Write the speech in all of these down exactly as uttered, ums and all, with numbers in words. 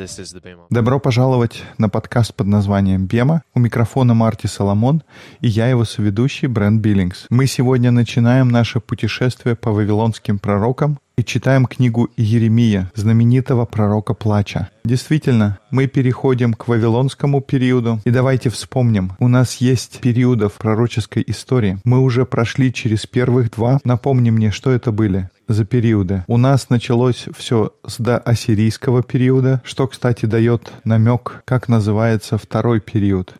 This is the Bema. Добро пожаловать на подкаст под названием «Бема». У микрофона Марти Соломон и я его соведущий Брент Биллингс. Мы сегодня начинаем наше путешествие по вавилонским пророкам и читаем книгу Иеремия, знаменитого пророка плача. Действительно, мы переходим к вавилонскому периоду, и давайте вспомним, у нас есть периоды в пророческой истории. Мы уже прошли через первых два. Напомни мне, что это были за периоды. У нас началось все с доассирийского периода, что, кстати, дает намек, как называется второй период.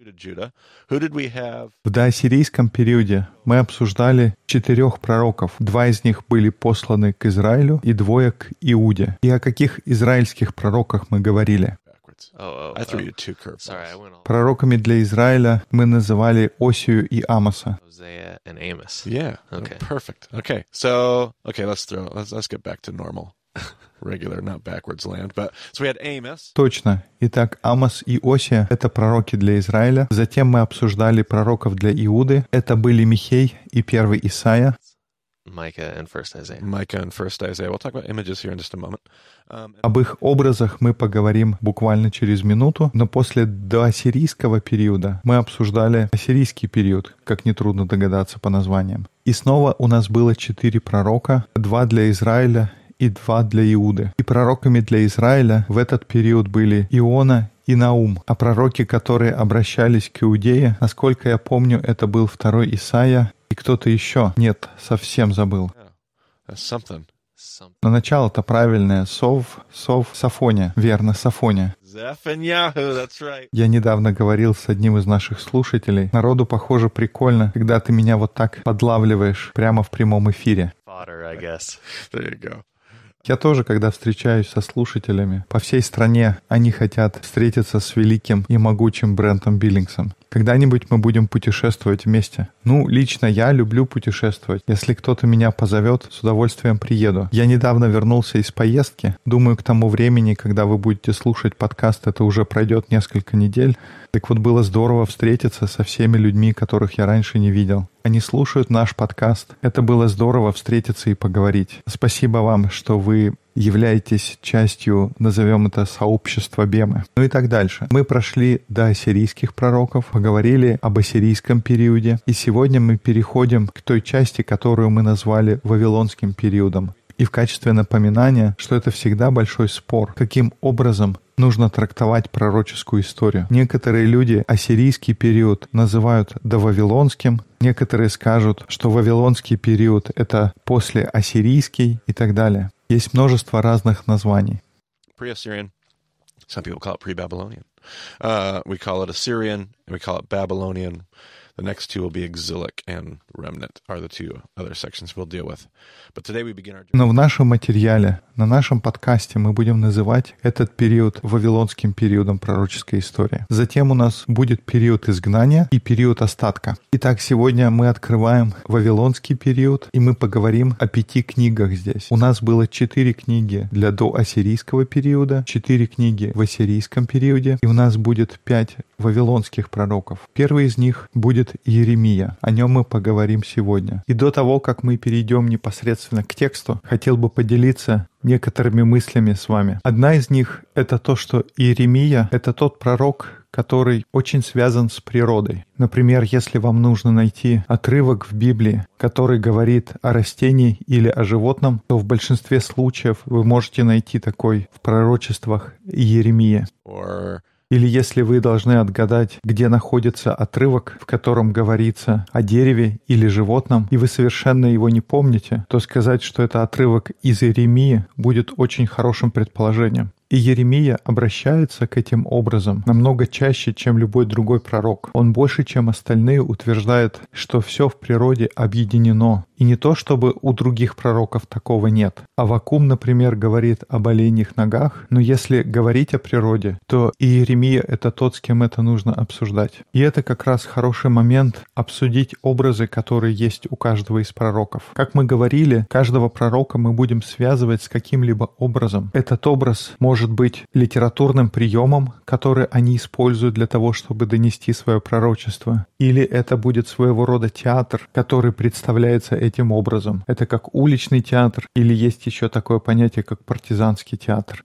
В доассирийском периоде мы обсуждали четырех пророков. Два из них были посланы к Израилю и двое к Иуде. И о каких израильских пророках мы говорили? Oh, oh, oh. Sorry, I went all Пророками для Израиля мы называли Осию и Амоса. Hosea and Amos. Yeah. Okay. Perfect. Okay. So, okay, let's throw, let's, let's get back to normal. Regular, not backwards land. But, so we had Amos. Точно. Итак, Амос и Осия — это пророки для Израиля. Затем мы обсуждали пророков для Иуды. Это были Михей и первый Исаия. Micah and First Isaiah. Micah and First Isaiah. We'll talk about images here in just a moment. Um, Об их образах мы поговорим буквально через минуту, но после доассирийского периода мы обсуждали ассирийский период, как нетрудно догадаться по названиям. И снова у нас было четыре пророка, два для Израиля и два для Иуды. И пророками для Израиля в этот период были Иона и Наум, а пророки, которые обращались к Иудее, насколько я помню, это был второй Исаия и кто-то еще. Нет, совсем забыл. that's something. Some Но начало-то правильное. Сов, Сов, Сафония. Верно, Сафония. Zephaniah, that's right. Я недавно говорил с одним из наших слушателей. Народу, похоже, прикольно, когда ты меня вот так подлавливаешь прямо в прямом эфире. fodder, I guess. There you go. Я тоже, когда встречаюсь со слушателями по всей стране, они хотят встретиться с великим и могучим Брентом Биллингсом. Когда-нибудь мы будем путешествовать вместе. Ну, лично я люблю путешествовать. Если кто-то меня позовет, с удовольствием приеду. Я недавно вернулся из поездки. Думаю, к тому времени, когда вы будете слушать подкаст, это уже пройдет несколько недель. Так вот, было здорово встретиться со всеми людьми, которых я раньше не видел. Они слушают наш подкаст. Это было здорово встретиться и поговорить. Спасибо вам, что вы являетесь частью, назовем это, сообщества Бемы. Ну и так дальше. Мы прошли до ассирийских пророков, поговорили об ассирийском периоде, и сегодня мы переходим к той части, которую мы назвали Вавилонским периодом. И в качестве напоминания, что это всегда большой спор, каким образом нужно трактовать пророческую историю. Некоторые люди ассирийский период называют довавилонским, некоторые скажут, что вавилонский период — это после ассирийский и так далее. Есть множество разных названий. Pre-Assyrian. Some people call it pre-Babylonian. Uh, we call it Assyrian, and we call it Babylonian. The next two will be exilic and remnant are the two other sections we'll deal with. But today we begin our journey. Но в нашем материале, на нашем подкасте мы будем называть этот период вавилонским периодом пророческой истории. Затем у нас будет период изгнания и период остатка. Итак, сегодня мы открываем вавилонский период, и мы поговорим о пяти книгах здесь. У нас было четыре книги для доассирийского периода, четыре книги в ассирийском периоде, и у нас будет пять вавилонских пророков. Первый из них будет Иеремия. О нем мы поговорим сегодня. И до того, как мы перейдем непосредственно к тексту, хотел бы поделиться некоторыми мыслями с вами. Одна из них — это то, что Иеремия — это тот пророк, который очень связан с природой. Например, если вам нужно найти отрывок в Библии, который говорит о растении или о животном, то в большинстве случаев вы можете найти такой в пророчествах Иеремии. Or Или если вы должны отгадать, где находится отрывок, в котором говорится о дереве или животном, и вы совершенно его не помните, то сказать, что это отрывок из Иеремии, будет очень хорошим предположением. И Иеремия обращается к этим образом намного чаще, чем любой другой пророк. Он больше, чем остальные, утверждает, что все в природе объединено. И не то, чтобы у других пророков такого нет. Аввакум, например, говорит об оленьих ногах, но если говорить о природе, то Иеремия — это тот, с кем это нужно обсуждать. И это как раз хороший момент обсудить образы, которые есть у каждого из пророков. Как мы говорили, каждого пророка мы будем связывать с каким-либо образом. Этот образ может быть литературным приемом, который они используют для того, чтобы донести свое пророчество. Или это будет своего рода театр, который представляется этим образом. Это как уличный театр, или есть еще такое понятие, как партизанский театр.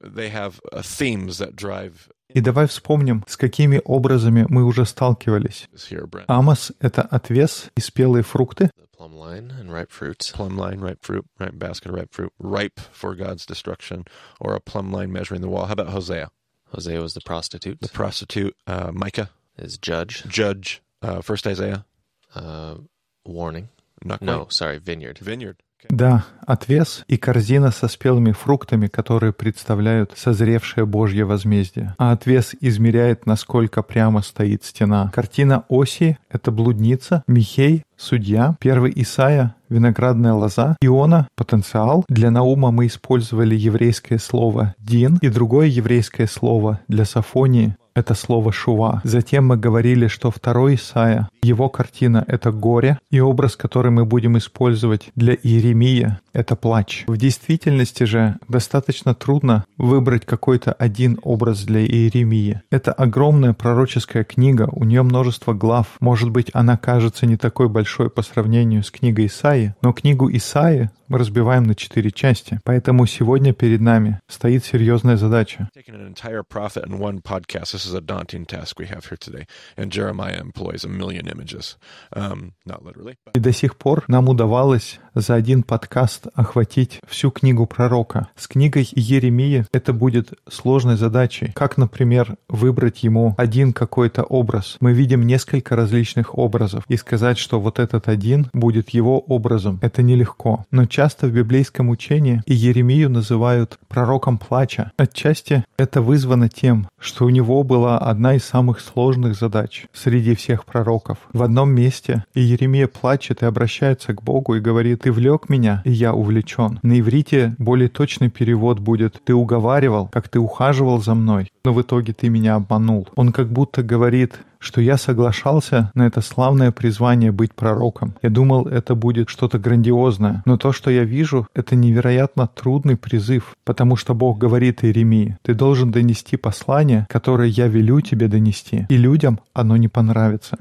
they have uh, themes that drive. И давай вспомним, с какими образами мы уже сталкивались. Амос — это отвес и спелые фрукты. Plumb line and ripe fruits. Plumb line, ripe fruit, ripe basket of ripe fruit, ripe for God's destruction, or a plumb line measuring the wall. How about Hosea? Hosea was the prostitute. The prostitute. Uh, Micah is judge. Judge. Uh, first Isaiah. Uh, warning. Not quite. No, sorry, vineyard. Vineyard. Да, отвес и корзина со спелыми фруктами, которые представляют созревшее Божье возмездие. А отвес измеряет, насколько прямо стоит стена. Картина Осии — это блудница, Михей — судья, первый Исаия — виноградная лоза, Иона — потенциал. Для Наума мы использовали еврейское слово «дин» и другое еврейское слово для Софонии — это слово «шува». Затем мы говорили, что второй Исаия, его картина — это горе, и образ, который мы будем использовать для Иеремии — это плач. В действительности же достаточно трудно выбрать какой-то один образ для Иеремии. Это огромная пророческая книга, у нее множество глав. Может быть, она кажется не такой большой по сравнению с книгой Исаии, но книгу Исаии мы разбиваем на четыре части. Поэтому сегодня перед нами стоит серьезная задача. This is a daunting task we have here today. And Jeremiah employs a million images. Um, not literally. But... И до сих пор нам удавалось за один подкаст охватить всю книгу пророка. С книгой Иеремии это будет сложной задачей. Как, например, выбрать ему один какой-то образ. Мы видим несколько различных образов. И сказать, что вот этот один будет его образом, это нелегко. Но часто в библейском учении Иеремию называют пророком плача. Отчасти это вызвано тем, что у него была одна из самых сложных задач среди всех пророков. В одном месте Иеремия плачет и обращается к Богу и говорит: «Ты влек меня, и я увлечен». На иврите более точный перевод будет: «Ты уговаривал, как ты ухаживал за мной, но в итоге ты меня обманул». Он как будто говорит, что я соглашался на это славное призвание быть пророком. Я думал, это будет что-то грандиозное. Но то, что я вижу, это невероятно трудный призыв, потому что Бог говорит Иеремии: ты должен донести послание, которое я велю тебе донести, и людям оно не понравится.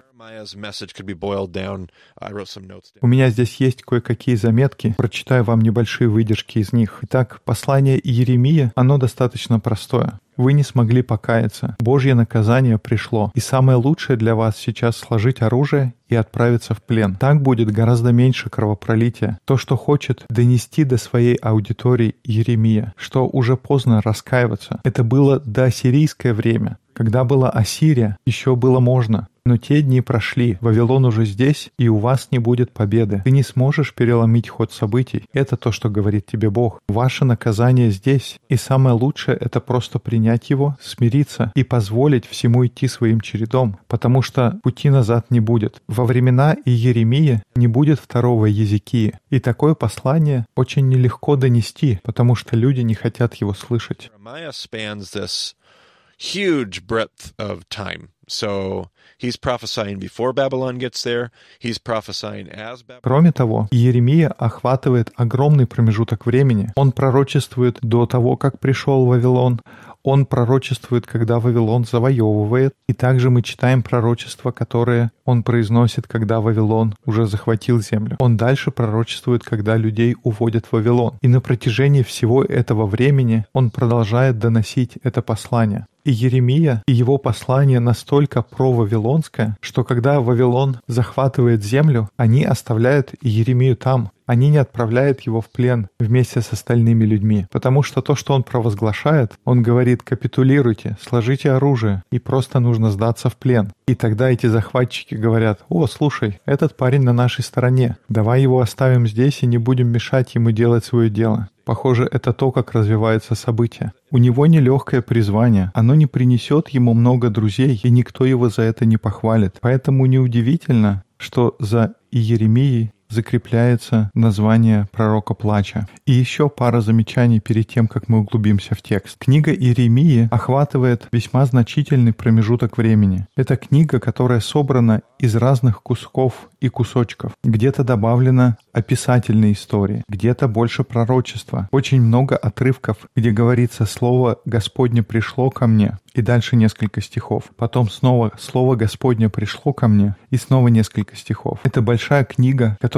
У меня здесь есть кое-какие заметки, прочитаю вам небольшие выдержки из них. Итак, послание Иеремии, оно достаточно простое. Вы не смогли покаяться. Божье наказание пришло. И самое лучшее для вас сейчас сложить оружие и отправиться в плен. Так будет гораздо меньше кровопролития. То, что хочет донести до своей аудитории Иеремия, что уже поздно раскаиваться. Это было доассирийское время. Когда была Ассирия, еще было можно. Но те дни прошли, Вавилон уже здесь, и у вас не будет победы. Ты не сможешь переломить ход событий. Это то, что говорит тебе Бог. Ваше наказание здесь, и самое лучшее — это просто принять его, смириться и позволить всему идти своим чередом, потому что пути назад не будет. Во времена Иеремии не будет второго Езекии, и такое послание очень нелегко донести, потому что люди не хотят его слышать. Huge breadth of time. So he's prophesying before Babylon gets there. He's prophesying as Babylon. Кроме того, Иеремия охватывает огромный промежуток времени. Он пророчествует до того, как пришел Вавилон. Он пророчествует, когда Вавилон завоевывает. И также мы читаем пророчества, которые он произносит, когда Вавилон уже захватил землю. Он дальше пророчествует, когда людей уводят в Вавилон. И на протяжении всего этого времени он продолжает доносить это послание. И Иеремия и его послание настолько провавилонское, что когда Вавилон захватывает землю, они оставляют Иеремию там. Они не отправляют его в плен вместе с остальными людьми, потому что то, что он провозглашает, он говорит: капитулируйте, сложите оружие, и просто нужно сдаться в плен. И тогда эти захватчики говорят: о, слушай, этот парень на нашей стороне, давай его оставим здесь и не будем мешать ему делать свое дело. Похоже, это то, как развиваются события. У него нелегкое призвание, оно не принесет ему много друзей, и никто его за это не похвалит. Поэтому неудивительно, что за Иеремией закрепляется название пророка плача. И еще пара замечаний перед тем, как мы углубимся в текст. Книга Иеремии охватывает весьма значительный промежуток времени. Это книга, которая собрана из разных кусков и кусочков. Где-то добавлено описательные истории, где-то больше пророчества. Очень много отрывков, где говорится: «Слово Господне пришло ко мне», и дальше несколько стихов. Потом снова «Слово Господне пришло ко мне», и снова несколько стихов. Это большая книга, которая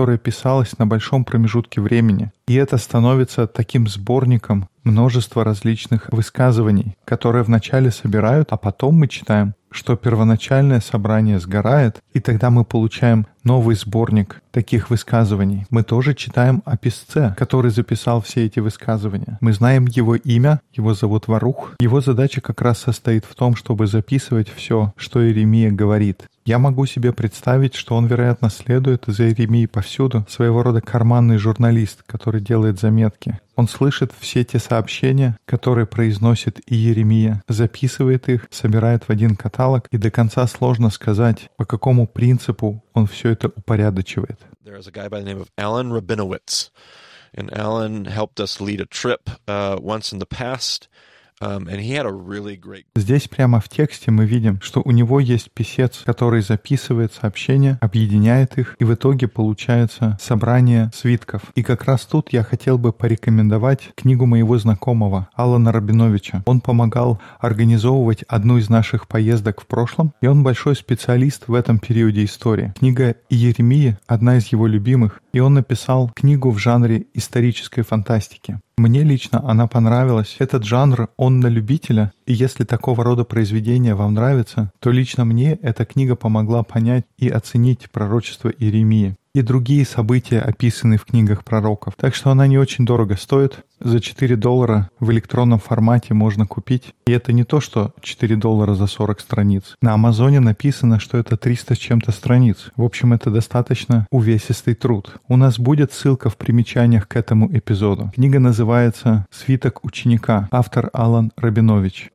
которое писалось на большом промежутке времени. И это становится таким сборником множества различных высказываний, которые вначале собирают, а потом мы читаем, что первоначальное собрание сгорает, и тогда мы получаем новый сборник таких высказываний. Мы тоже читаем о писце, который записал все эти высказывания. Мы знаем его имя, его зовут Варух. Его задача как раз состоит в том, чтобы записывать все, что Иеремия говорит. Я могу себе представить, что он, вероятно, следует за Иеремией повсюду, своего рода карманный журналист, который делает заметки. Он слышит все те сообщения, которые произносит Иеремия, записывает их, собирает в один каталог, и до конца сложно сказать, по какому принципу он все это упорядочивает. There is a guy by the name of Alan Rabinowitz, and Alan helped us lead a trip uh, once in the past. Um, and he had a really great... Здесь прямо в тексте мы видим, что у него есть писец, который записывает сообщения, объединяет их, и в итоге получается собрание свитков. И как раз тут я хотел бы порекомендовать книгу моего знакомого Алана Рабиновича. Он помогал организовывать одну из наших поездок в прошлом, и он большой специалист в этом периоде истории. Книга Иеремии — одна из его любимых, и он написал книгу в жанре исторической фантастики. Мне лично она понравилась. Этот жанр, он на любителя, и если такого рода произведения вам нравится, то лично мне эта книга помогла понять и оценить пророчество Иеремии и другие события, описанные в книгах пророков. Так что она не очень дорого стоит. За четыре доллара в электронном формате можно купить. И это не то, что четыре доллара за сорок страниц. На Амазоне написано, что это триста с чем-то страниц. В общем, это достаточно увесистый труд. У нас будет ссылка в примечаниях к этому эпизоду. Книга называется «Свиток ученика», автор Алан Рабинович.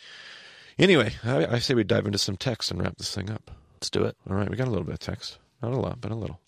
Anyway, I, I say we dive into some text and wrap this thing up. Let's do it. All right, we got a little bit of text. Not a lot, but a little.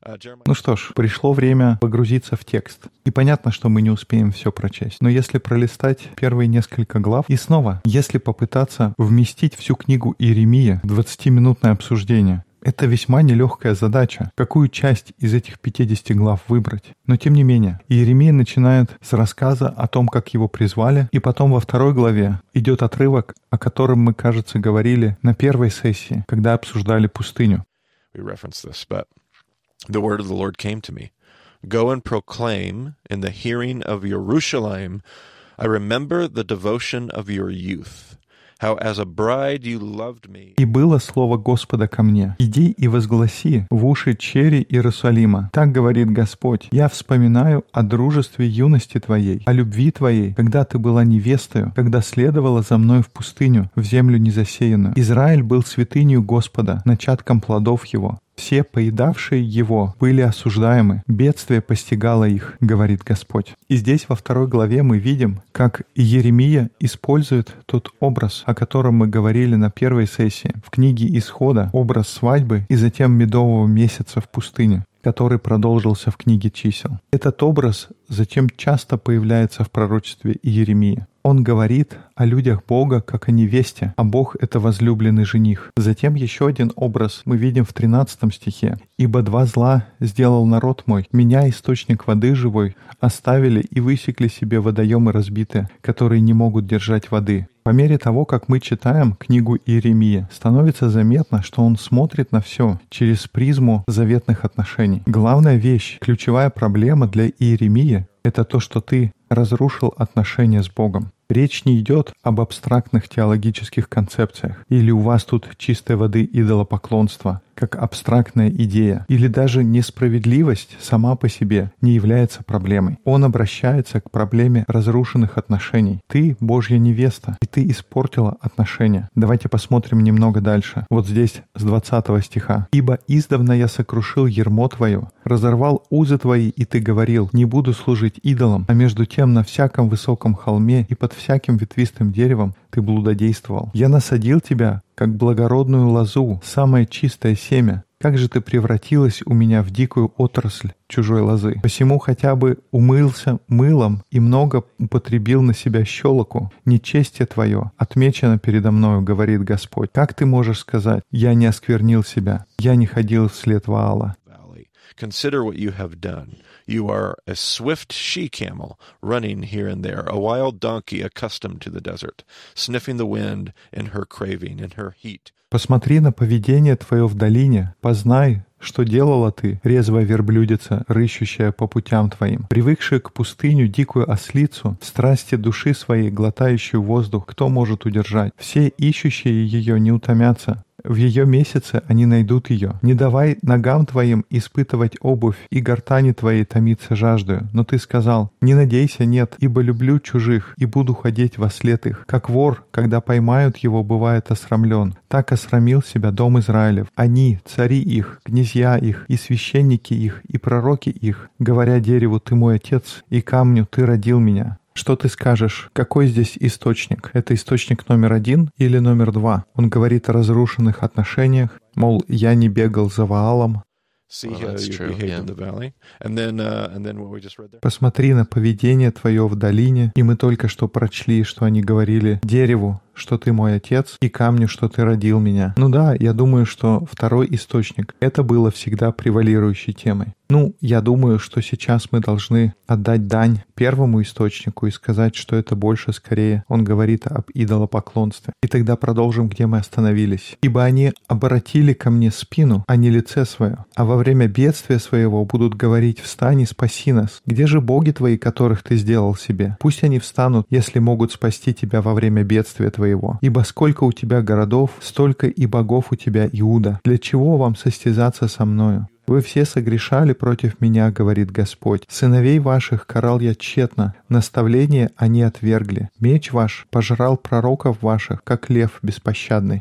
Ну что ж, пришло время погрузиться в текст. И понятно, что мы не успеем все прочесть. Но если пролистать первые несколько глав, и снова, если попытаться вместить всю книгу Иеремии в двадцатиминутное обсуждение, это весьма нелегкая задача, какую часть из этих пятидесяти глав выбрать. Но тем не менее, Иеремия начинает с рассказа о том, как его призвали, и потом во второй главе идет отрывок, о котором мы, кажется, говорили на первой сессии, когда обсуждали пустыню. We referenced this, but the word of the Lord came to me. Go and proclaim in the hearing of Yerushalayim, I remember the devotion of your youth. How as a bride you loved me. «И было слово Господа ко мне. Иди и возгласи в уши чери Иерусалима. Так говорит Господь. Я вспоминаю о дружестве юности твоей, о любви твоей, когда ты была невестою, когда следовала за мной в пустыню, в землю незасеянную. Израиль был святынью Господа, начатком плодов его. Все поедавшие его были осуждаемы, бедствие постигало их, говорит Господь». И здесь во второй главе мы видим, как Иеремия использует тот образ, о котором мы говорили на первой сессии, в книге Исхода, образ свадьбы и затем медового месяца в пустыне, который продолжился в книге Чисел. Этот образ затем часто появляется в пророчестве Иеремии. Он говорит о людях Бога, как о невесте, а Бог — это возлюбленный жених. Затем еще один образ мы видим в тринадцатом стихе. «Ибо два зла сделал народ мой, меня, источник воды живой, оставили и высекли себе водоемы разбитые, которые не могут держать воды». По мере того, как мы читаем книгу Иеремии, становится заметно, что он смотрит на все через призму заветных отношений. Главная вещь, ключевая проблема для Иеремии — это то, что ты разрушил отношения с Богом. Речь не идет об абстрактных теологических концепциях, или у вас тут чистой воды идолопоклонство, как абстрактная идея, или даже несправедливость сама по себе не является проблемой. Он обращается к проблеме разрушенных отношений. Ты Божья невеста, и ты испортила отношения. Давайте посмотрим немного дальше. Вот здесь с двадцатого стиха. «Ибо издавна я сокрушил ярмо твое, разорвал узы твои, и ты говорил, не буду служить идолам, а между тем на всяком высоком холме и под всяким ветвистым деревом ты блудодействовал. Я насадил тебя, как благородную лозу, самое чистое семя. Как же ты превратилась у меня в дикую отрасль чужой лозы? Посему хотя бы умылся мылом и много употребил на себя щелоку. Нечестие твое отмечено передо мною, говорит Господь. Как ты можешь сказать, я не осквернил себя, я не ходил вслед Ваала?» Consider what you have done. You are a swift she-camel running here and there, a wild donkey accustomed to the desert, sniffing the wind in her craving, in her heat. «Посмотри на поведение твое в долине, познай, Что делала ты, резвая верблюдица, рыщущая по путям твоим, привыкшая к пустыню дикую ослицу, страсти души своей, глотающую воздух, кто может удержать? Все ищущие ее не утомятся. В ее месяце они найдут ее. Не давай ногам твоим испытывать обувь, и гортани твоей томиться жаждою. Но ты сказал: не надейся, нет, ибо люблю чужих, и буду ходить вослед их. Как вор, когда поймают его, бывает осрамлен. Так осрамил себя дом Израилев. Они, цари их, князья их, и священники их, и пророки их, говоря дереву: ты мой отец, и камню: ты родил меня. Что ты скажешь? Какой здесь источник? Это источник номер один или номер два? Он говорит о разрушенных отношениях, мол, я не бегал за Ваалом. Посмотри на поведение твое в долине, и мы только что прочли, что они говорили дереву, что ты мой отец, и камню, что ты родил меня. Ну да, я думаю, что второй источник — это было всегда превалирующей темой. Ну, я думаю, что сейчас мы должны отдать дань первому источнику и сказать, что это больше скорее он говорит об идолопоклонстве. И тогда продолжим, где мы остановились. «Ибо они обратили ко мне спину, а не лице свое, а во время бедствия своего будут говорить: встань и спаси нас. Где же боги твои, которых ты сделал себе? Пусть они встанут, если могут спасти тебя во время бедствия твоего. Ибо сколько у тебя городов, столько и богов у тебя, Иуда. Для чего вам состязаться со мною? Вы все согрешали против меня, говорит Господь. Сыновей ваших карал я тщетно, наставление они отвергли. Меч ваш пожрал пророков ваших, как лев беспощадный.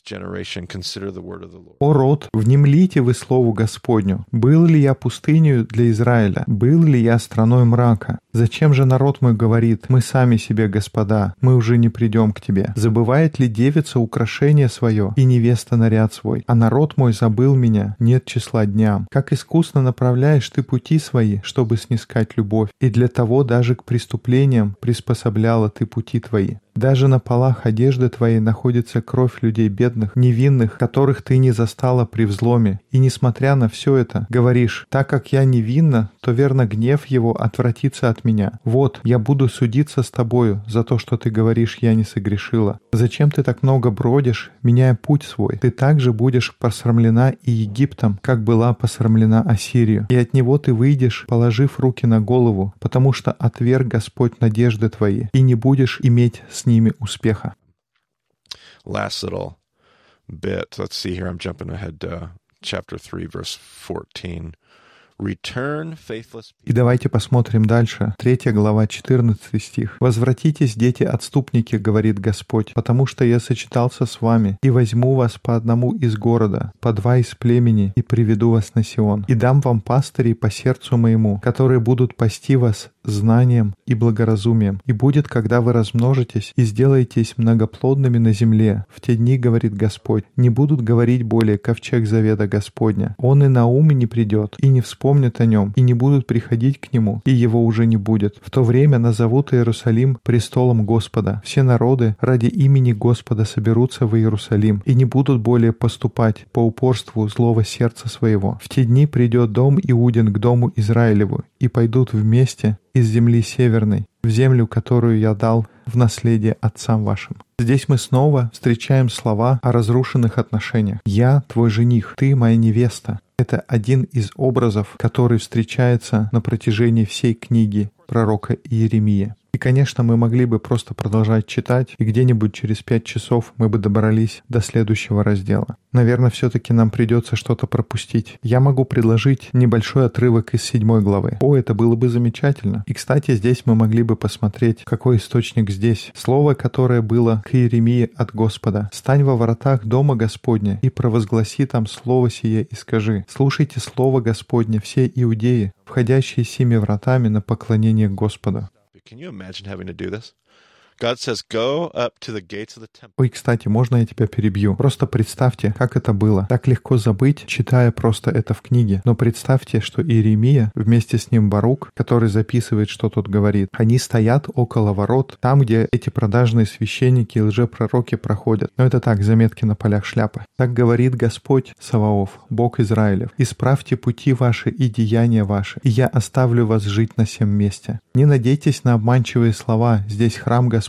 О род, внемлите вы слову Господню. Был ли я пустынью для Израиля? Был ли я страной мрака? Зачем же народ мой говорит: мы сами себе господа, мы уже не придем к тебе? Забывает ли девица украшение свое и невеста наряд свой? А народ мой забыл меня, нет числа дням. Как искусно направляешь ты пути свои, чтобы снискать любовь, и для того даже к преступлениям приспособляла ты пути твои. Даже на полах одежды твоей находится кровь людей бедных, невинных, которых ты не застала при взломе. И несмотря на все это, говоришь: так как я невинна, то верно гнев его отвратится от меня. Вот, я буду судиться с тобою за то, что ты говоришь: я не согрешила. Зачем ты так много бродишь, меняя путь свой? Ты также будешь посрамлена и Египтом, как была посрамлена Ассирию. И от него ты выйдешь, положив руки на голову, потому что отверг Господь надежды твои, и не будешь иметь с ними успеха. Last little bit. Let's see here. I'm jumping ahead to chapter three, verse fourteen. Return, faithless. И давайте посмотрим дальше. Третья глава, четырнадцатый стих. «Возвратитесь, дети-отступники, говорит Господь, потому что я сочетался с вами, и возьму вас по одному из города, по два из племени, и приведу вас на Сион. И дам вам пастырей по сердцу моему, которые будут пасти вас знанием и благоразумием. И будет, когда вы размножитесь и сделаетесь многоплодными на земле. В те дни, говорит Господь, не будут говорить более ковчег завета Господня. Он и на ум не придет, и не вспомнят о нем, и не будут приходить к нему, и его уже не будет. В то время назовут Иерусалим престолом Господа. Все народы ради имени Господа соберутся в Иерусалим, и не будут более поступать по упорству злого сердца своего. В те дни придет дом Иудин к дому Израилеву, и пойдут вместе из земли северной, в землю, которую я дал в наследие отцам вашим». Здесь мы снова встречаем слова о разрушенных отношениях. «Я твой жених, ты моя невеста». Это один из образов, который встречается на протяжении всей книги пророка Иеремии. И, конечно, мы могли бы просто продолжать читать, и где-нибудь через пять часов мы бы добрались до следующего раздела. Наверное, все-таки нам придется что-то пропустить. Я могу предложить небольшой отрывок из седьмой главы. О, это было бы замечательно. И, кстати, здесь мы могли бы посмотреть, какой источник здесь. Слово, которое было к Иеремии от Господа. «Стань во воротах дома Господня и провозгласи там слово сие и скажи: слушайте слово Господне, все иудеи, входящие семи вратами на поклонение Господу». Can you imagine having to do this? God says, go up to the gates of the temple. Ой, кстати, можно я тебя перебью? Просто представьте, как это было. Так легко забыть, читая просто это в книге. Но представьте, что Иеремия, вместе с ним Барук, который записывает, что тут говорит, они стоят около ворот, там, где эти продажные священники и лжепророки проходят. Но это так, заметки на полях шляпы. Так говорит Господь Саваоф, Бог Израилев: «Исправьте пути ваши и деяния ваши, и я оставлю вас жить на сем месте». Не надейтесь на обманчивые слова. Здесь храм Господь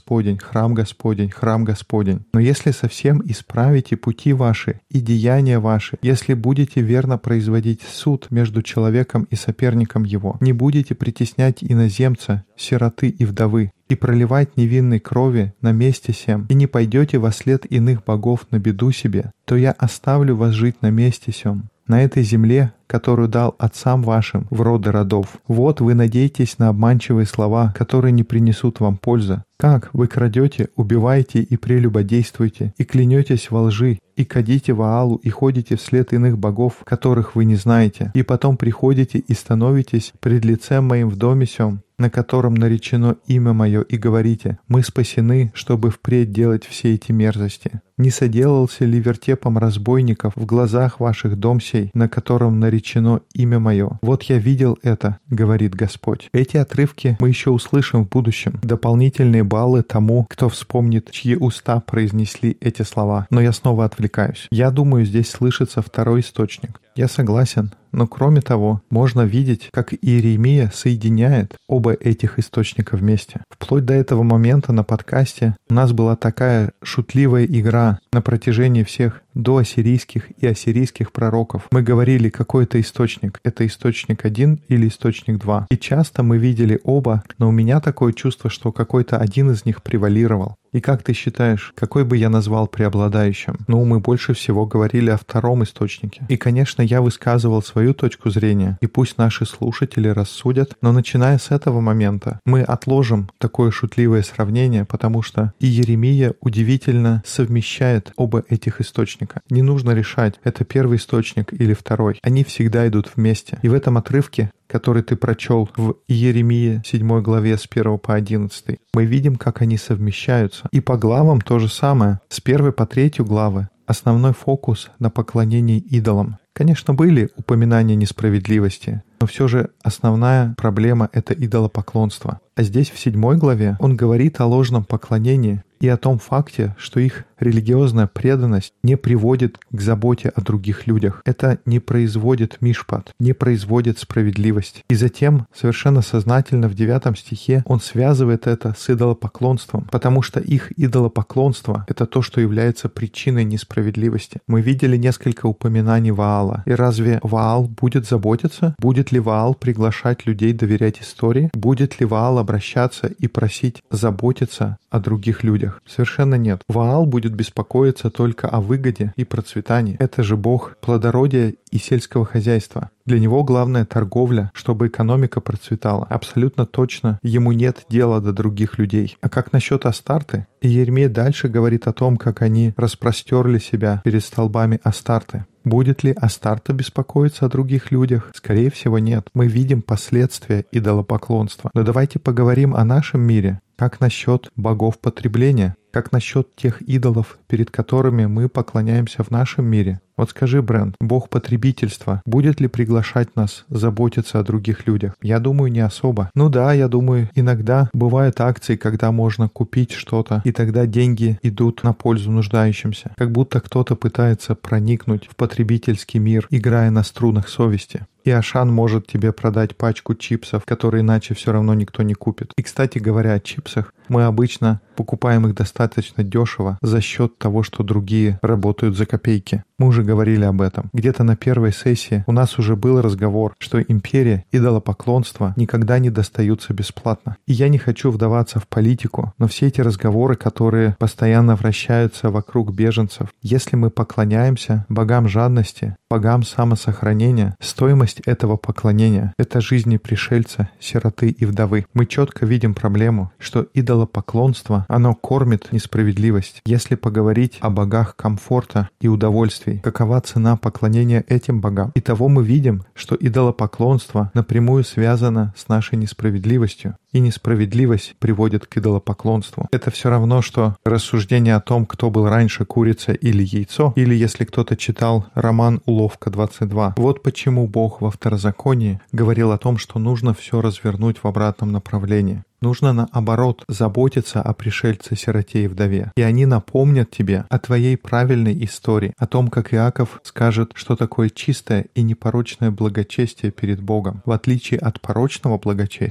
Господень, храм Господень, храм Господень. Но если совсем исправите пути ваши и деяния ваши, если будете верно производить суд между человеком и соперником его, не будете притеснять иноземца, сироты и вдовы, и проливать невинной крови на месте сем, и не пойдете во след иных богов на беду себе, то я оставлю вас жить на месте сем, на этой земле, которую дал отцам вашим в роды родов. Вот вы надеетесь на обманчивые слова, которые не принесут вам пользы. Как вы крадете, убиваете и прелюбодействуете, и клянетесь во лжи, и кадите Ваалу, и ходите вслед иных богов, которых вы не знаете, и потом приходите и становитесь пред лицем моим в доме сем, на котором наречено имя мое, и говорите: мы спасены, чтобы впредь делать все эти мерзости. Не соделался ли вертепом разбойников в глазах ваших дом сей, на котором наречено имя мое? Вот я видел это, говорит Господь. Эти отрывки мы еще услышим в будущем. Дополнительные баллы тому, кто вспомнит, чьи уста произнесли эти слова. Но я снова отвлекаюсь. Я думаю, здесь слышится второй источник. Я согласен, но кроме того, можно видеть, как Иеремия соединяет оба этих источника вместе. Вплоть до этого момента на подкасте у нас была такая шутливая игра на протяжении всех доассирийских и ассирийских пророков. Мы говорили, какой это источник. Это источник один или источник два. И часто мы видели оба, но у меня такое чувство, что какой-то один из них превалировал. И как ты считаешь, какой бы я назвал преобладающим? Ну, мы больше всего говорили о втором источнике. И, конечно, я высказывал свою точку зрения, и пусть наши слушатели рассудят, но начиная с этого момента мы отложим такое шутливое сравнение, потому что и Иеремия удивительно совмещает оба этих источника. Не нужно решать, это первый источник или второй. Они всегда идут вместе. И в этом отрывке, который ты прочел в Иеремии седьмой главе с первого по одиннадцатый, мы видим, как они совмещаются. И по главам то же самое. С первой по третью главы основной фокус на поклонении идолам. Конечно, были упоминания несправедливости, но все же основная проблема — это идолопоклонство. А здесь в седьмой главе он говорит о ложном поклонении и о том факте, что их религиозная преданность не приводит к заботе о других людях. Это не производит мишпат, не производит справедливость. И затем, совершенно сознательно в девятом стихе, он связывает это с идолопоклонством, потому что их идолопоклонство — это то, что является причиной несправедливости. Мы видели несколько упоминаний Ваала. И разве Ваал будет заботиться? Будет ли Ваал приглашать людей доверять истории? Будет ли Ваал обращаться и просить заботиться о других людях? Совершенно нет. Ваал будет беспокоиться только о выгоде и процветании. Это же бог плодородия и сельского хозяйства. Для него главная торговля, чтобы экономика процветала. Абсолютно точно ему нет дела до других людей. А как насчет Астарты? Иеремия дальше говорит о том, как они распростерли себя перед столбами Астарты. Будет ли Астарта беспокоиться о других людях? Скорее всего, нет. Мы видим последствия идолопоклонства. Но давайте поговорим о нашем мире. Как насчет богов потребления? Как насчет тех идолов, перед которыми мы поклоняемся в нашем мире? Вот скажи, Брент, бог потребительства будет ли приглашать нас заботиться о других людях? Я думаю, не особо. Ну да, я думаю, иногда бывают акции, когда можно купить что-то, и тогда деньги идут на пользу нуждающимся. Как будто кто-то пытается проникнуть в потребительский мир, играя на струнах совести. И Ашан может тебе продать пачку чипсов, которые иначе все равно никто не купит. И, кстати говоря, о чипсах, мы обычно покупаем их достаточно дешево за счет того, что другие работают за копейки. Мы уже говорили об этом. Где-то на первой сессии у нас уже был разговор, что империя идолопоклонства никогда не достаются бесплатно. И я не хочу вдаваться в политику, но все эти разговоры, которые постоянно вращаются вокруг беженцев, если мы поклоняемся богам жадности, богам самосохранения, стоимость этого поклонения — это жизни пришельца, сироты и вдовы. Мы четко видим проблему, что идолопоклонство, оно кормит несправедливость. Если поговорить о богах комфорта и удовольствий, какова цена поклонения этим богам? Итого мы видим, что идолопоклонство напрямую связано с нашей несправедливостью. И несправедливость приводит к идолопоклонству. Это все равно, что рассуждение о том, кто был раньше, курица или яйцо, или если кто-то читал роман «Уловка двадцать два». Вот почему Бог во Второзаконии говорил о том, что нужно все развернуть в обратном направлении. Нужно, наоборот, заботиться о пришельце, сироте и вдове. И они напомнят тебе о твоей правильной истории, о том, как Иаков скажет, что такое чистое и непорочное благочестие перед Богом, в отличие от порочного благочестия,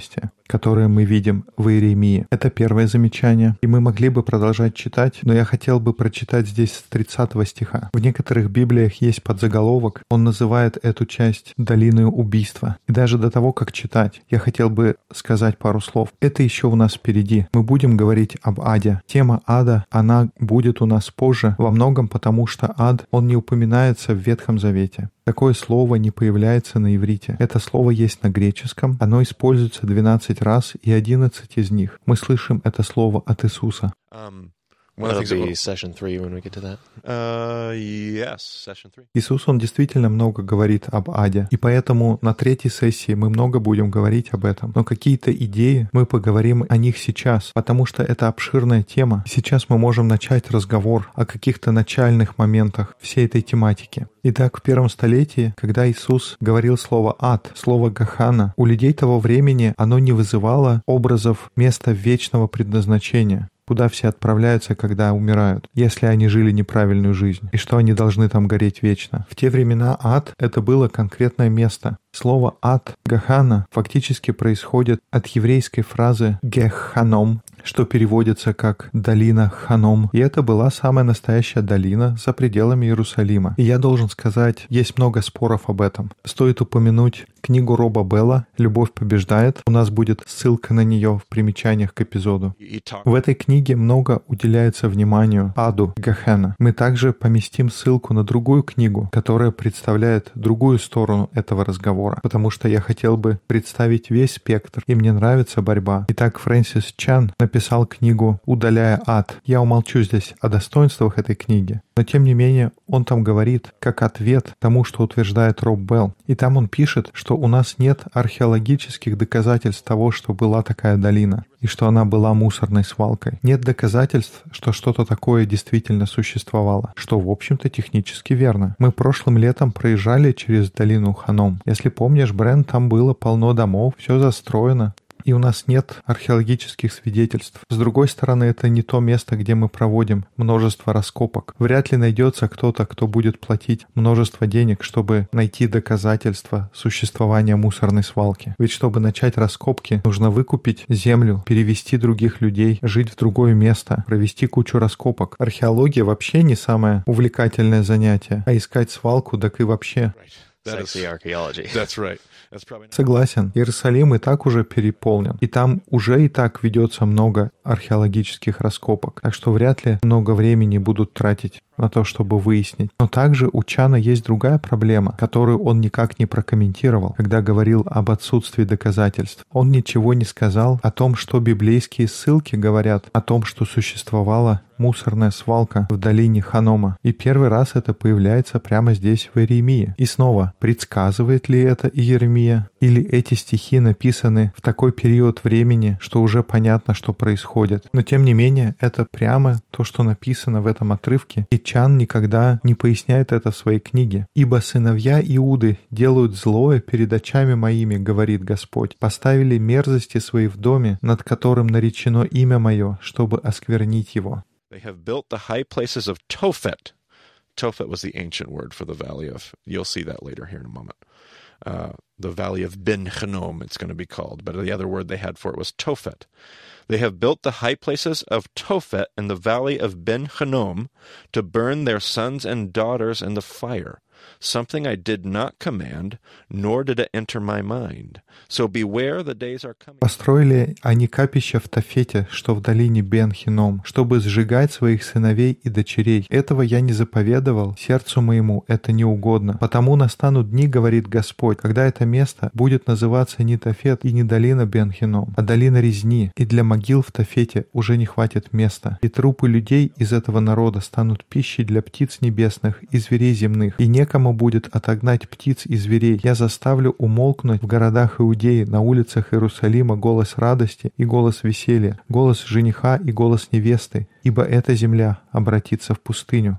которые мы видим в Иеремии. Это первое замечание. И мы могли бы продолжать читать, но я хотел бы прочитать здесь с тридцатого стиха. В некоторых Библиях есть подзаголовок. Он называет эту часть «долиной убийства». И даже до того, как читать, я хотел бы сказать пару слов. Это еще у нас впереди. Мы будем говорить об аде. Тема ада, она будет у нас позже, во многом потому, что ад, он не упоминается в Ветхом Завете. Такое слово не появляется на иврите. Это слово есть на греческом. Оно используется двенадцать раз, и одиннадцать из них мы слышим это слово от Иисуса. Um, That'll be session three when we get to that. Uh, yes, session three. Иисус, Он действительно много говорит об аде, и поэтому на третьей сессии мы много будем говорить об этом. Но какие-то идеи, мы поговорим о них сейчас, потому что это обширная тема. Сейчас мы можем начать разговор о каких-то начальных моментах всей этой тематики. Итак, в первом столетии, когда Иисус говорил слово «ад», слово «гахана», у людей того времени оно не вызывало образов места вечного предназначения, куда все отправляются, когда умирают, если они жили неправильную жизнь, и что они должны там гореть вечно. В те времена ад — это было конкретное место. Слово «ад», «гахана» фактически происходит от еврейской фразы «геханом», что переводится как «долина Ханом». И это была самая настоящая долина за пределами Иерусалима. И я должен сказать, есть много споров об этом. Стоит упомянуть книгу Роба Белла «Любовь побеждает». У нас будет ссылка на нее в примечаниях к эпизоду. В этой книге много уделяется вниманию аду, Гехена. Мы также поместим ссылку на другую книгу, которая представляет другую сторону этого разговора, потому что я хотел бы представить весь спектр, и мне нравится борьба. Итак, Фрэнсис Чан написал книгу «Удаляя ад». Я умолчу здесь о достоинствах этой книги, но тем не менее он там говорит как ответ тому, что утверждает Роб Белл. И там он пишет, что у нас нет археологических доказательств того, что была такая долина, и что она была мусорной свалкой. Нет доказательств, что что-то такое действительно существовало, что, в общем-то, технически верно. Мы прошлым летом проезжали через долину Ханом. Если помнишь, Брент, там было полно домов, все застроено. И у нас нет археологических свидетельств. С другой стороны, это не то место, где мы проводим множество раскопок. Вряд ли найдется кто-то, кто будет платить множество денег, чтобы найти доказательства существования мусорной свалки. Ведь чтобы начать раскопки, нужно выкупить землю, перевести других людей, жить в другое место, провести кучу раскопок. Археология вообще не самое увлекательное занятие, а искать свалку, так и вообще. That Sexy is, archaeology. that's right. That's probably not. Согласен. Иерусалим и так уже переполнен. И там уже и так ведется много археологических раскопок. Так что вряд ли много времени будут тратить на то, чтобы выяснить. Но также у Чана есть другая проблема, которую он никак не прокомментировал, когда говорил об отсутствии доказательств. Он ничего не сказал о том, что библейские ссылки говорят о том, что существовала мусорная свалка в долине Ханома. И первый раз это появляется прямо здесь, в Иеремии. И снова, предсказывает ли это Иеремия? Или эти стихи написаны в такой период времени, что уже понятно, что происходит? Но тем не менее, это прямо то, что написано в этом отрывке. И Чан никогда не поясняет это в своей книге. «Ибо сыновья Иуды делают злое перед очами моими, говорит Господь, поставили мерзости свои в доме, над которым наречено имя мое, чтобы осквернить его». They have built the high places of Tophet. Tophet was the ancient word for the valley of, you'll see that later here in a moment. Uh, the valley of Ben Hinnom, it's going to be called, but the other word they had for it was Tophet. They have built the high places of Tophet in the valley of Ben Hinnom to burn their sons and daughters in the fire. Something I did not command, nor did it enter my mind. So beware, the days are coming. Построили они капище в Тофете, что в долине Бен-Хинном, чтобы сжигать своих сыновей и дочерей. Этого я не заповедовал, сердцу моему это не угодно. Потому настанут дни, говорит Господь, когда это место будет называться не Тофет и не долина Бен-Хинном, а долина резни, и для могил в Тофете уже не хватит места. И трупы людей из этого народа станут пищей для птиц небесных и зверей земных, и некому будет отогнать птиц и зверей. Я заставлю умолкнуть в городах Иудеи, на улицах Иерусалима голос радости и голос веселья, голос жениха и голос невесты, ибо эта земля обратится в пустыню.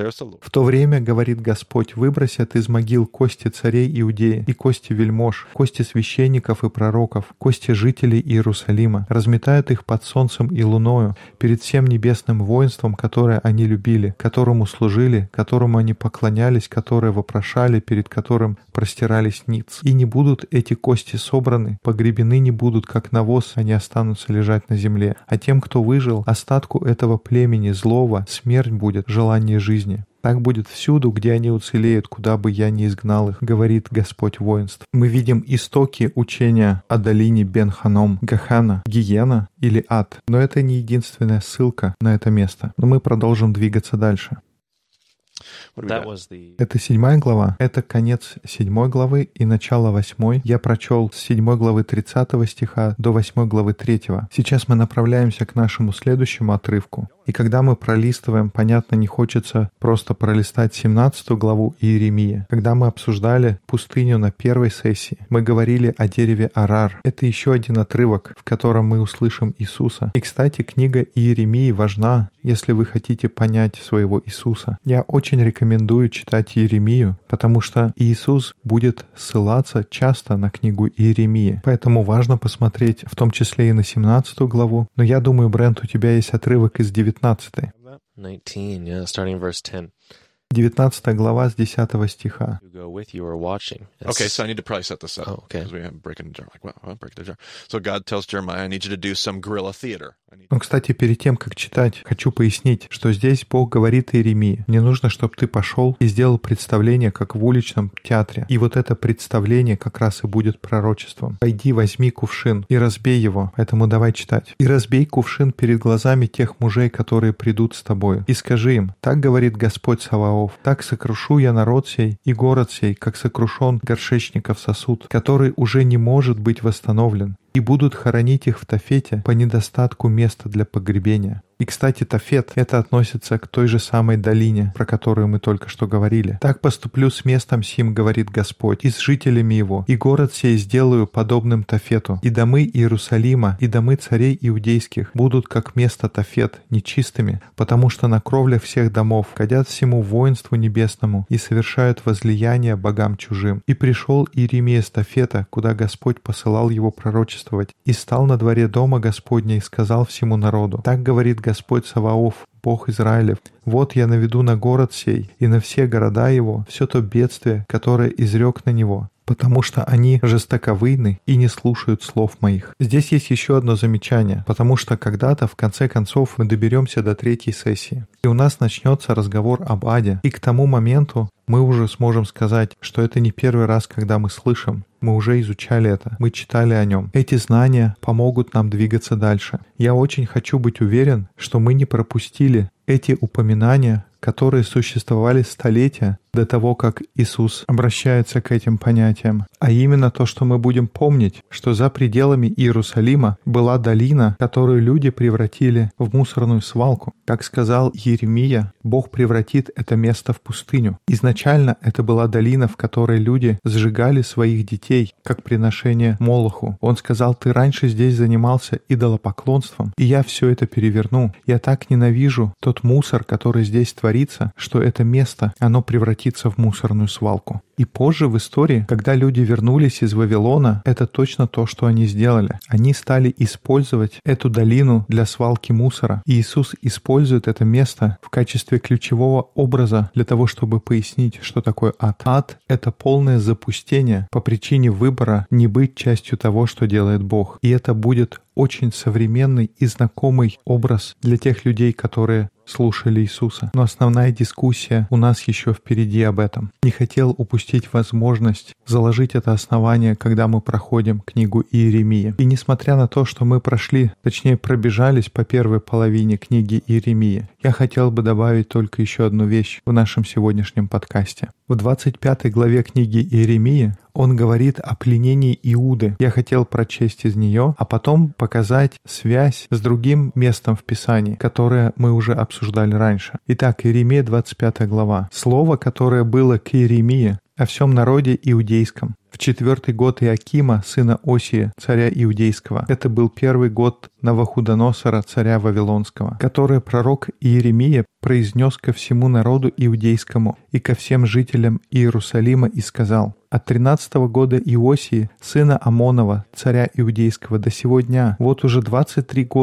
В то время, говорит Господь, выбросят из могил кости царей Иудеи и кости вельмож, кости священников и пророков, кости жителей Иерусалима, разметают их под солнцем и луною, перед всем небесным воинством, которое они любили, которому служили, которому они поклонялись, которое которые вопрошали, перед которым простирались ниц. И не будут эти кости собраны, погребены не будут, как навоз, они останутся лежать на земле. А тем, кто выжил, остатку этого племени злого, смерть будет, желание жизни. Так будет всюду, где они уцелеют, куда бы я ни изгнал их, говорит Господь воинств. Мы видим истоки учения о долине Бен-Ханом, Гахана, Гиена или Ад. Но это не единственная ссылка на это место. Но мы продолжим двигаться дальше. Это седьмая глава. Это конец седьмой главы и начало восьмой. Я прочел с седьмой главы тридцатого стиха до восьмой главы третьего. Сейчас мы направляемся к нашему следующему отрывку. И когда мы пролистываем, понятно, не хочется просто пролистать семнадцатую главу Иеремии. Когда мы обсуждали пустыню на первой сессии, мы говорили о дереве Арар. Это еще один отрывок, в котором мы услышим Иисуса. И, кстати, книга Иеремии важна, если вы хотите понять своего Иисуса. Я очень рекомендую читать Иеремию, потому что Иисус будет ссылаться часто на книгу Иеремии. Поэтому важно посмотреть, в том числе и на семнадцатую главу. Но я думаю, Брент, у тебя есть отрывок из девятнадцатой. nineteen, yeah, starting verse ten. девятнадцатая глава с десятого стиха. Okay, so I need to probably set this up. Oh, okay. Because we have breaking the jar. Like, well, well, breaking the jar. So God tells Jeremiah, I need you to do some guerrilla theater. Ну, кстати, перед тем, как читать, хочу пояснить, что здесь Бог говорит Иеремии: мне нужно, чтобы ты пошел и сделал представление, как в уличном театре. И вот это представление как раз и будет пророчеством. Пойди, возьми кувшин и разбей его. Поэтому давай читать. И разбей кувшин перед глазами тех мужей, которые придут с тобою. И скажи им: так говорит Господь Саваоф, так сокрушу я народ сей и город сей, как сокрушен горшечников сосуд, который уже не может быть восстановлен. И будут хоронить их в Тофете по недостатку места для погребения. И, кстати, Тофет — это относится к той же самой долине, про которую мы только что говорили. «Так поступлю с местом сим, говорит Господь, и с жителями его, и город сей сделаю подобным Тофету, и домы Иерусалима, и домы царей иудейских будут как место Тофет, нечистыми, потому что на кровлях всех домов кадят всему воинству небесному и совершают возлияние богам чужим. И пришел Иеремия с Тофета, куда Господь посылал его пророчествовать, и стал на дворе дома Господня и сказал всему народу: так говорит Господь, Господь Саваоф, Бог Израилев, вот я наведу на город сей и на все города его все то бедствие, которое изрек на него, потому что они жестоковыйны и не слушают слов моих». Здесь есть еще одно замечание, потому что когда-то, в конце концов, мы доберемся до третьей сессии, и у нас начнется разговор об аде, и к тому моменту мы уже сможем сказать, что это не первый раз, когда мы слышим. Мы уже изучали это, мы читали о нем. Эти знания помогут нам двигаться дальше. Я очень хочу быть уверен, что мы не пропустили эти упоминания, которые существовали столетия до того, как Иисус обращается к этим понятиям. А именно то, что мы будем помнить, что за пределами Иерусалима была долина, которую люди превратили в мусорную свалку. Как сказал Иеремия, Бог превратит это место в пустыню. Изначально это была долина, в которой люди сжигали своих детей, как приношение Молоху. Он сказал: ты раньше здесь занимался идолопоклонством, и я все это переверну. Я так ненавижу тот мусор, который здесь творится, что это место, оно превратится в мусорную свалку. И позже в истории, когда люди вернулись из Вавилона, это точно то, что они сделали. Они стали использовать эту долину для свалки мусора. И Иисус использует это место в качестве ключевого образа для того, чтобы пояснить, что такое ад. Ад — это полное запустение по причине выбора не быть частью того, что делает Бог. И это будет очень современный и знакомый образ для тех людей, которые слушали Иисуса. Но основная дискуссия у нас еще впереди об этом. Не хотел упустить возможность заложить это основание, когда мы проходим книгу Иеремии. И несмотря на то, что мы прошли, точнее пробежались по первой половине книги Иеремии, я хотел бы добавить только еще одну вещь в нашем сегодняшнем подкасте. В двадцать пятой главе книги Иеремии он говорит о пленении Иуды. Я хотел прочесть из нее, а потом показать связь с другим местом в Писании, которое мы уже обсуждали раньше. Итак, Иеремия, двадцать пятая глава. Слово, которое было к Иеремии о всем народе иудейском. В четвертый год Иакима, сына Осии, царя иудейского. Это был первый год Навуходоносора, царя вавилонского, который пророк Иеремия произнес ко всему народу иудейскому и ко всем жителям Иерусалима и сказал: от тринадцатого года Иосии, сына Амонова, царя иудейского, до сего дня, вот уже двадцать три года,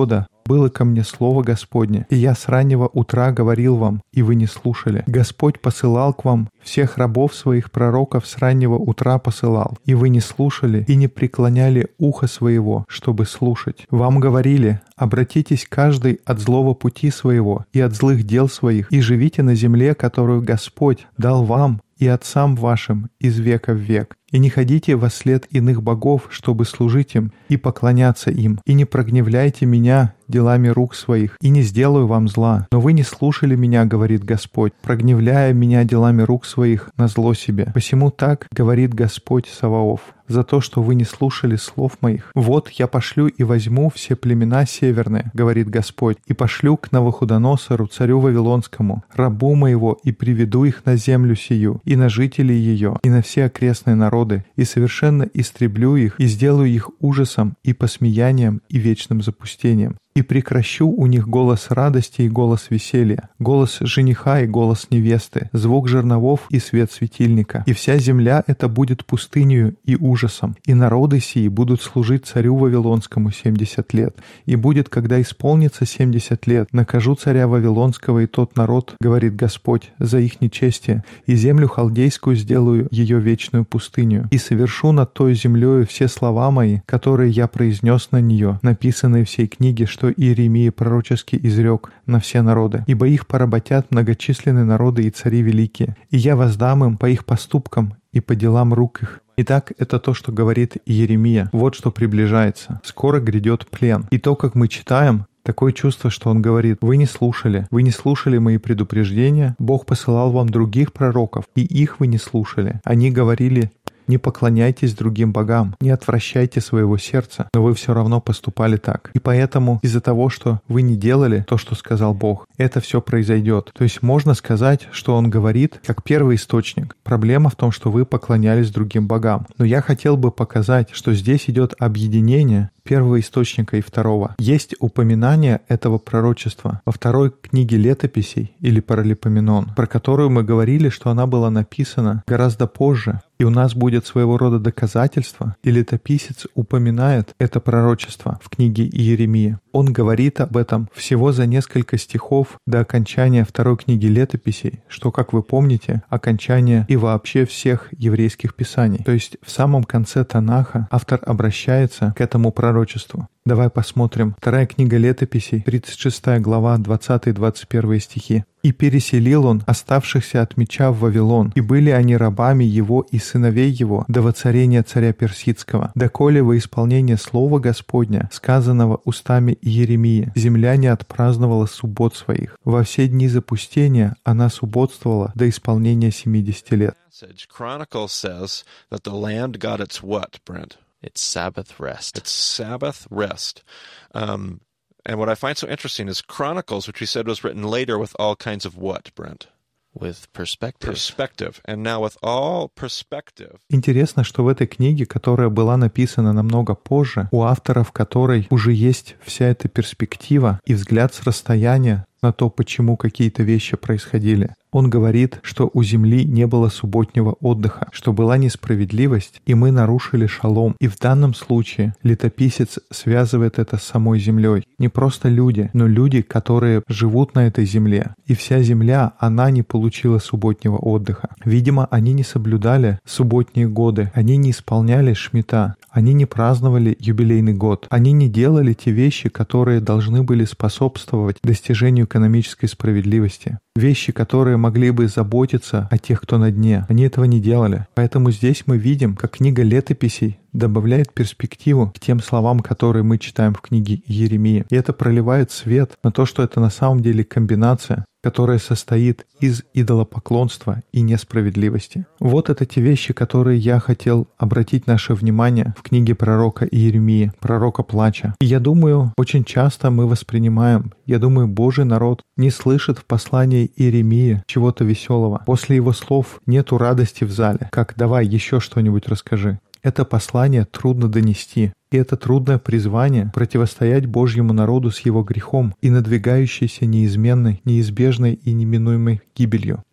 было ко мне слово Господне, и я с раннего утра говорил вам, и вы не слушали. Господь посылал к вам всех рабов своих пророков с раннего утра посылал, и вы не слушали и не преклоняли ухо своего, чтобы слушать. Вам говорили: обратитесь каждый от злого пути своего и от злых дел своих, и живите на земле, которую Господь дал вам и отцам вашим из века в век. И не ходите во след иных богов, чтобы служить им и поклоняться им, и не прогневляйте меня делами рук своих, и не сделаю вам зла. Но вы не слушали меня, говорит Господь, прогневляя меня делами рук своих на зло себе. Посему так говорит Господь Саваоф: за то, что вы не слушали слов моих. Вот я пошлю и возьму все племена северные, говорит Господь, и пошлю к Навуходоносору, царю Вавилонскому, рабу моего, и приведу их на землю сию, и на жителей ее, и на все окрестные народы, и совершенно истреблю их, и сделаю их ужасом и посмеянием и вечным запустением. И прекращу у них голос радости и голос веселья, голос жениха и голос невесты, звук жерновов и свет светильника. И вся земля эта будет пустынею и ужасом, и народы сии будут служить царю Вавилонскому семьдесят лет. И будет, когда исполнится семьдесят лет, накажу царя Вавилонского и тот народ, говорит Господь, за их нечестие, и землю халдейскую сделаю ее вечную пустыню, и совершу над той землею все слова мои, которые я произнес на нее, написанные в сей книге, что Иеремия пророчески изрек на все народы, ибо их поработят многочисленные народы и цари великие, и я воздам им по их поступкам и по делам рук их. Итак, это то, что говорит Иеремия. Вот что приближается. Скоро грядет плен. И то, как мы читаем, такое чувство, что он говорит: вы не слушали, вы не слушали мои предупреждения, Бог посылал вам других пророков, и их вы не слушали. Они говорили: не поклоняйтесь другим богам, не отвращайте своего сердца, но вы все равно поступали так. И поэтому из-за того, что вы не делали то, что сказал Бог, это все произойдет. То есть можно сказать, что он говорит как первый источник. Проблема в том, что вы поклонялись другим богам. Но я хотел бы показать, что здесь идет объединение первого источника и второго. Есть упоминание этого пророчества во второй книге летописей или Паралипоменон, про которую мы говорили, что она была написана гораздо позже. И у нас будет своего рода доказательство, и летописец упоминает это пророчество в книге Иеремии. Он говорит об этом всего за несколько стихов до окончания второй книги летописей, что, как вы помните, окончание и вообще всех еврейских писаний. То есть в самом конце Танаха автор обращается к этому пророчеству. Давай посмотрим. Вторая книга летописей, тридцать шестая глава, двадцатый-двадцать первый стихи. «И переселил он оставшихся от меча в Вавилон, и были они рабами его и сыновей его до воцарения царя Персидского, доколе во исполнение слова Господня, сказанного устами Иеремии, земля не отпраздновала суббот своих. Во все дни запустения она субботствовала до исполнения семидесяти лет». Chronicles says that the land got its what, Brent? It's Sabbath rest. It's Sabbath rest. Um, and what I find so interesting is Chronicles, which we said was written later with all kinds of what, Brent? With perspective. Perspective. And now with all perspective. Интересно, что в этой книге, которая была написана намного позже, у авторов которой уже есть вся эта перспектива и взгляд с расстояния на то, почему какие-то вещи происходили. Он говорит, что у земли не было субботнего отдыха, что была несправедливость, и мы нарушили шалом. И в данном случае летописец связывает это с самой землей. Не просто люди, но люди, которые живут на этой земле. И вся земля, она не получила субботнего отдыха. Видимо, они не соблюдали субботние годы, они не исполняли шмита, они не праздновали юбилейный год, они не делали те вещи, которые должны были способствовать достижению экономической справедливости. Вещи, которые могли бы заботиться о тех, кто на дне. Они этого не делали. Поэтому здесь мы видим, как книга летописей добавляет перспективу к тем словам, которые мы читаем в книге Иеремии. И это проливает свет на то, что это на самом деле комбинация, которая состоит из идолопоклонства и несправедливости. Вот это те вещи, которые я хотел обратить наше внимание в книге пророка Иеремии, пророка плача. И я думаю, очень часто мы воспринимаем, я думаю, Божий народ не слышит в послании Иеремии чего-то веселого. После его слов нету радости в зале, как «давай еще что-нибудь расскажи». Это послание трудно донести, и это трудное призвание противостоять Божьему народу с его грехом и надвигающейся неизменной, неизбежной и неминуемой гибелью.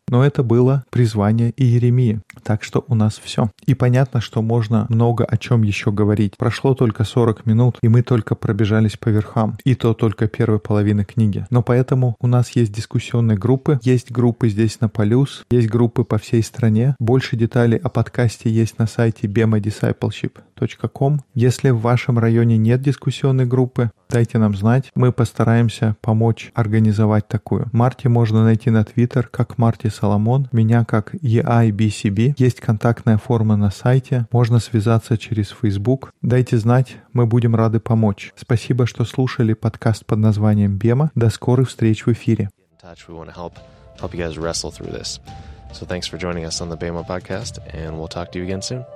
Но это было призвание Иеремии. Так что у нас все. И понятно, что можно много о чем еще говорить. Прошло только сорок минут, и мы только пробежались по верхам. И то только первой половины книги. Но поэтому у нас есть дискуссионные группы, есть группы здесь на Полюс, есть группы по всей стране. Больше деталей о подкасте есть на сайте бема дисайплшип точка ком. Если в вашем районе нет дискуссионной группы, дайте нам знать. Мы постараемся помочь организовать такую. Марти можно найти на Twitter как Марти Соломон, меня как и ай би си би. Есть контактная форма на сайте, можно связаться через Facebook. Дайте знать, мы будем рады помочь. Спасибо, что слушали подкаст под названием «Бема». До скорых встреч в эфире. So thanks for joining us on the Bema podcast, and we'll talk to you again soon.